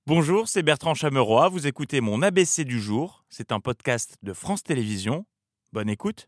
Bonjour, c'est Bertrand Chameroy, vous écoutez mon ABC du jour. C'est un podcast de France Télévisions. Bonne écoute.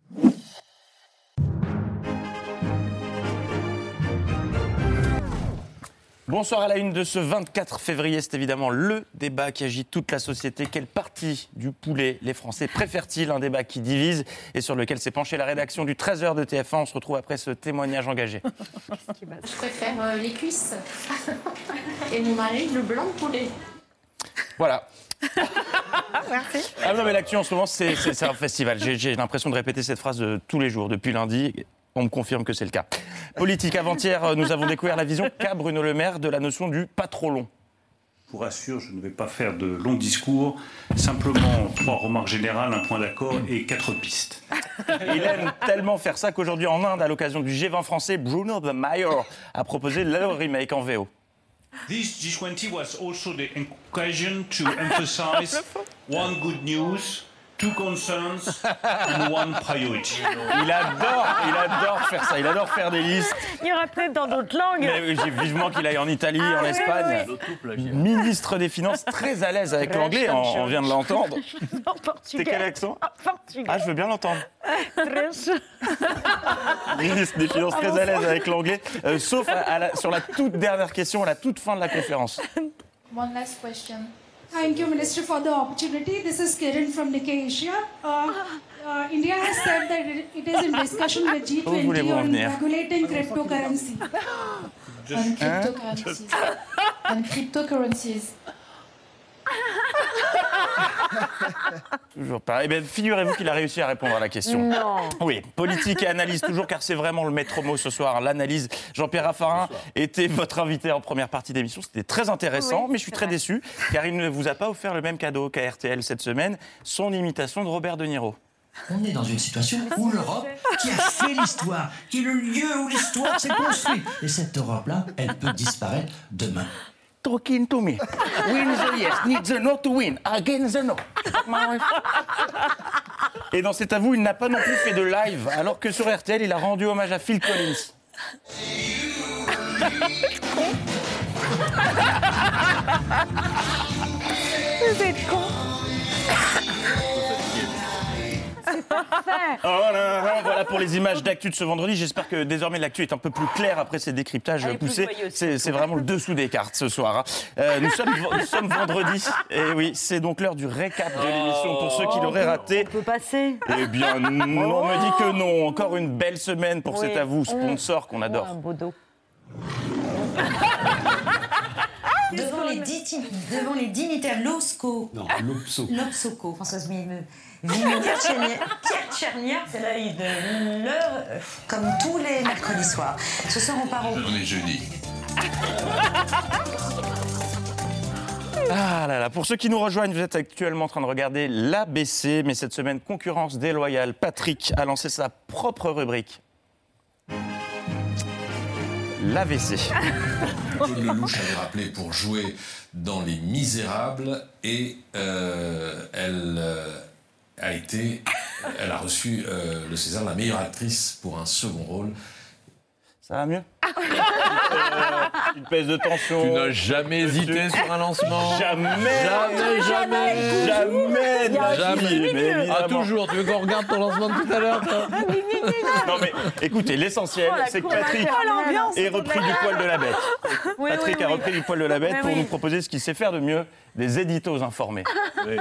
Bonsoir à la une de ce 24 février, c'est évidemment le débat qui agite toute la société. Quelle partie du poulet les Français préfèrent-ils? Un débat qui divise et sur lequel s'est penchée la rédaction du 13h de TF1. On se retrouve après ce témoignage engagé. Je préfère les cuisses et mon mari le blanc de poulet. Voilà. Merci. Ah non mais l'actu en ce moment c'est un festival. J'ai l'impression de répéter cette phrase tous les jours depuis lundi. On me confirme que c'est le cas. Politique, avant-hier, nous avons découvert la vision qu'a Bruno Le Maire de la notion du pas trop long. Je vous rassure, je ne vais pas faire de longs discours, simplement 3 remarques générales, un point d'accord et 4 pistes. Il aime tellement faire ça qu'aujourd'hui en Inde, à l'occasion du G20 français, Bruno The Mayor a proposé le remake en VO. This G20 was also the occasion to emphasize one good news, 2 concerns and 1 priority. Il adore faire ça, il adore faire des listes. Il y aura peut-être dans d'autres langues. Mais j'ai vivement qu'il aille en Italie, en Espagne. Oui. Ministre des Finances, très à l'aise avec l'anglais, on vient de l'entendre. En portugais. C'est quel accent? Portugais. Ah, je veux bien l'entendre. Très Ministre des Finances très à l'aise avec l'anglais, sauf sur la toute dernière question, à la toute fin de la conférence. One last question. Thank you, Minister, for the opportunity. This is Kiran from Nikkei Asia. India has said that it is in discussion with G20 on regulating cryptocurrency. On cryptocurrencies. Toujours pareil. Eh bien, figurez-vous qu'il a réussi à répondre à la question. Non. Oui, politique et analyse toujours, car c'est vraiment le maître mot ce soir, l'analyse. Jean-Pierre Raffarin était votre invité en première partie d'émission. C'était très intéressant, mais je suis très déçu, car il ne vous a pas offert le même cadeau qu'à RTL cette semaine, son imitation de Robert De Niro. On est dans une situation où l'Europe, qui a fait l'histoire, qui est le lieu où l'histoire s'est construite. Et cette Europe-là, elle peut disparaître demain. Talking to me. Win the yes, need the no to win. Again the no. Et dans cet avou, il n'a pas non plus fait de live, alors que sur RTL, il a rendu hommage à Phil Collins. Vous êtes con. Oh là là, voilà pour les images d'actu de ce vendredi. J'espère que désormais l'actu est un peu plus claire après ces décryptages poussés. C'est vraiment le dessous des cartes ce soir. Nous sommes vendredi. Et oui, c'est donc l'heure du récap de l'émission pour ceux qui l'auraient raté. On peut passer. Eh bien, non, on me dit que non. Encore une belle semaine pour cet avou, sponsor qu'on adore. Un beau dos. Devant les dignitaires l'OSCO. Non, l'OPSO. L'OPSOCO, Françoise Pierre Tchernia, c'est la vie de l'heure, comme tous les mercredis soirs. Ce soir, on part au... On est jeudi. Ah là là, pour ceux qui nous rejoignent, vous êtes actuellement en train de regarder l'ABC, mais cette semaine, concurrence déloyale. Patrick a lancé sa propre rubrique. L'AVC. Claude Lelouch avait rappelé pour jouer dans Les Misérables et elle a reçu le César de la meilleure actrice pour un second rôle. Ça va mieux? Une baisse de tension. Tu n'as jamais hésité sur un lancement? Jamais de la vie, mais évidemment. Ah, toujours. Tu veux qu'on regarde ton lancement de tout à l'heure, toi? Non mais écoutez, l'essentiel, c'est que Patrick ait repris du poil de la bête. Patrick a repris du poil de la bête pour nous proposer ce qu'il sait faire de mieux, des éditos informés. Oui.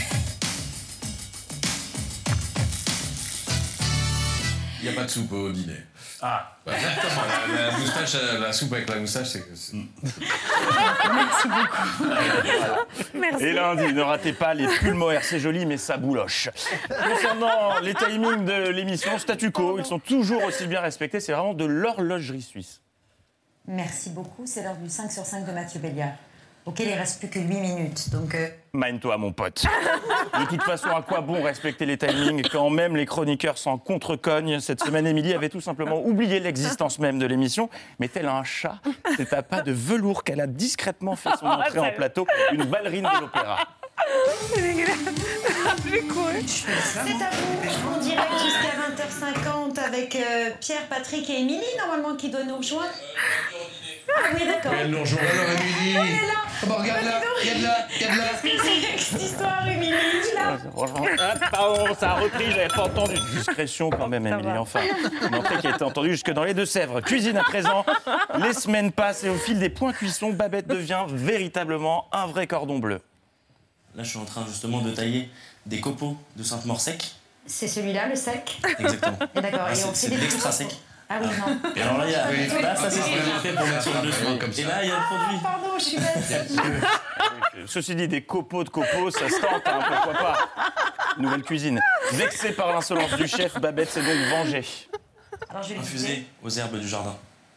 Il n'y a pas de soupe au dîner. Ah, Bah, exactement. La moustache, la soupe avec la moustache, c'est que... Merci beaucoup. Merci. Et lundi, ne ratez pas les pulmoaires, c'est joli, mais ça bouloche. Concernant les timings de l'émission, statu quo, ils sont toujours aussi bien respectés. C'est vraiment de l'horlogerie suisse. Merci beaucoup, c'est l'heure du 5 sur 5 de Mathieu Béliard, auquel il ne reste plus que 8 minutes. Donc, Mine-toi, mon pote. De toute façon, à quoi bon respecter les timings quand même les chroniqueurs s'en contre-cognent? Cette semaine, Émilie avait tout simplement oublié l'existence même de l'émission. Mais tel un chat, c'est à pas de velours qu'elle a discrètement fait son entrée en plateau, une ballerine de l'opéra. C'est dégueulasse. J'ai couru. c'est à vous, en direct jusqu'à 20h50 avec Pierre, Patrick et Émilie, normalement, qui doit nous rejoindre. Ah oui, d'accord. Elle nous rejoint. Alors, Émilie, Oh bah regarde là, il y a de là. Cette histoire, Émilie, là. Franchement, pardon, ça a repris, j'avais pas entendu. Discrétion quand même, Émilie, enfin. Une entrée qui a été entendue jusque dans les Deux-Sèvres. Cuisine à présent, les semaines passent et au fil des points cuisson, Babette devient véritablement un vrai cordon bleu. Là, je suis en train justement de tailler des copeaux de Sainte-Maure sec. C'est celui-là, le sec. Exactement. D'accord. Là, Et on c'est fait de des l'extra petits- sec. Ah oui, non. Et alors là, là ça, c'est ce que j'ai fait pour mettre sur le dessus. Et là, il y a le produit. Pardon, je suis bête. Ceci dit, des copeaux de copeaux, ça se tente, hein, pourquoi pas. Nouvelle cuisine. Vexée par l'insolence du chef, Babette s'est donc vengée. Alors, je vais le Infusé aux herbes du jardin.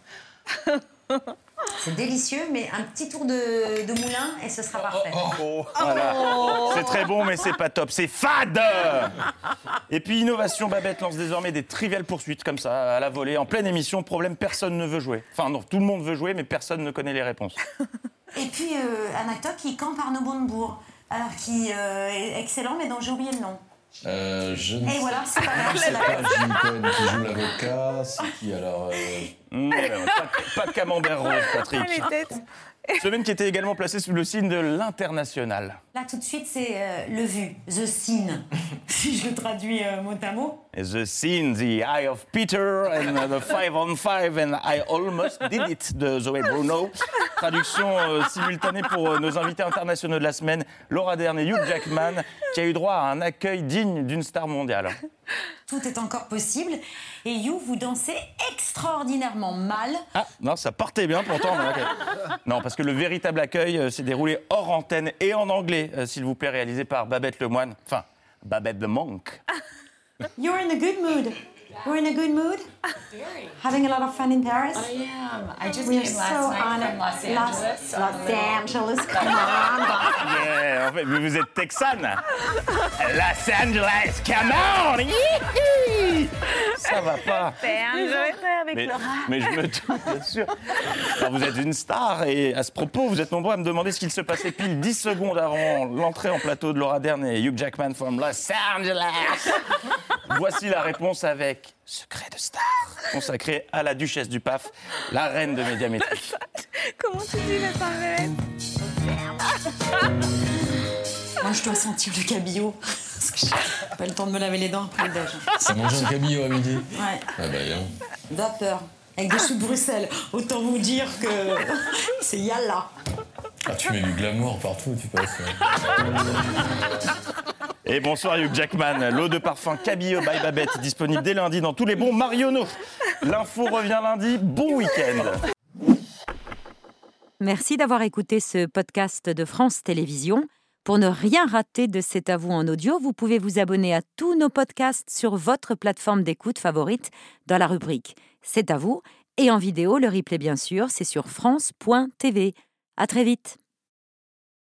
C'est délicieux, mais un petit tour de moulin et ce sera parfait. Voilà. C'est très bon, mais c'est pas top. C'est fade. Et puis, innovation, Babette lance désormais des triviales poursuites, comme ça, à la volée, en pleine émission. Problème, personne ne veut jouer. Enfin, non, tout le monde veut jouer, mais personne ne connaît les réponses. Et puis, un acteur qui campe Arnaud Montebourg, alors qui est excellent, mais dont j'ai oublié le nom. Je ne Et voilà, c'est pas grave, sais c'est la pas, Jim Cohen qui joue l'avocat, c'est qui alors Pas de camembert rose, Patrick. Ah, les têtes. Semaine qui était également placée sous le signe de l'international. Là, tout de suite, c'est le vu, the scene, si je le traduis mot à mot. The scene, the eye of Peter, and the 5-on-5, and I almost did it, de Zoé Bruno. Traduction simultanée pour nos invités internationaux de la semaine, Laura Dern et Hugh Jackman, qui a eu droit à un accueil digne d'une star mondiale. Tout est encore possible. Et You, vous dansez extraordinairement mal. Ah, non, ça partait bien pourtant. Mais ok. Non, parce que le véritable accueil s'est déroulé hors antenne et en anglais, s'il vous plaît, réalisé par Babette Lemoine. Enfin, Babette the Monk. You're in a good mood. We're in a good mood. Having a lot of fun in Paris. I am. I just We're came last so night honored. from Los Angeles. Los Angeles, come on. Yeah, en fait, mais vous êtes texane. Los Angeles, come on. Hihi. Ça va pas. C'est un jeu avec Mais, Laura. mais je me doute, bien sûr. Alors, vous êtes une star et à ce propos, vous êtes nombreux à me demander ce qu'il se passait pile 10 secondes avant l'entrée en plateau de Laura Dern et Hugh Jackman from Los Angeles. Voici la réponse avec Secret de star, consacré à la duchesse du PAF, la reine de Médiamétrie. Comment tu dis le Saint-Véret? Moi, je dois sentir le cabillaud. Parce que j'ai pas le temps de me laver les dents après le déj. Ça mange un cabillaud à midi. Ouais. Ah bah non. Vapeur. Avec des choux de Bruxelles. Autant vous dire que c'est yalla. Ah, tu mets du glamour partout, tu passes. Et bonsoir Hugh Jackman, l'eau de parfum Cabillaud by Babette, disponible dès lundi dans tous les bons Marionneaux. L'info revient lundi, bon week-end. Merci d'avoir écouté ce podcast de France Télévisions. Pour ne rien rater de C'est à vous en audio, vous pouvez vous abonner à tous nos podcasts sur votre plateforme d'écoute favorite dans la rubrique C'est à vous. Et en vidéo, le replay bien sûr, c'est sur France.tv. À très vite.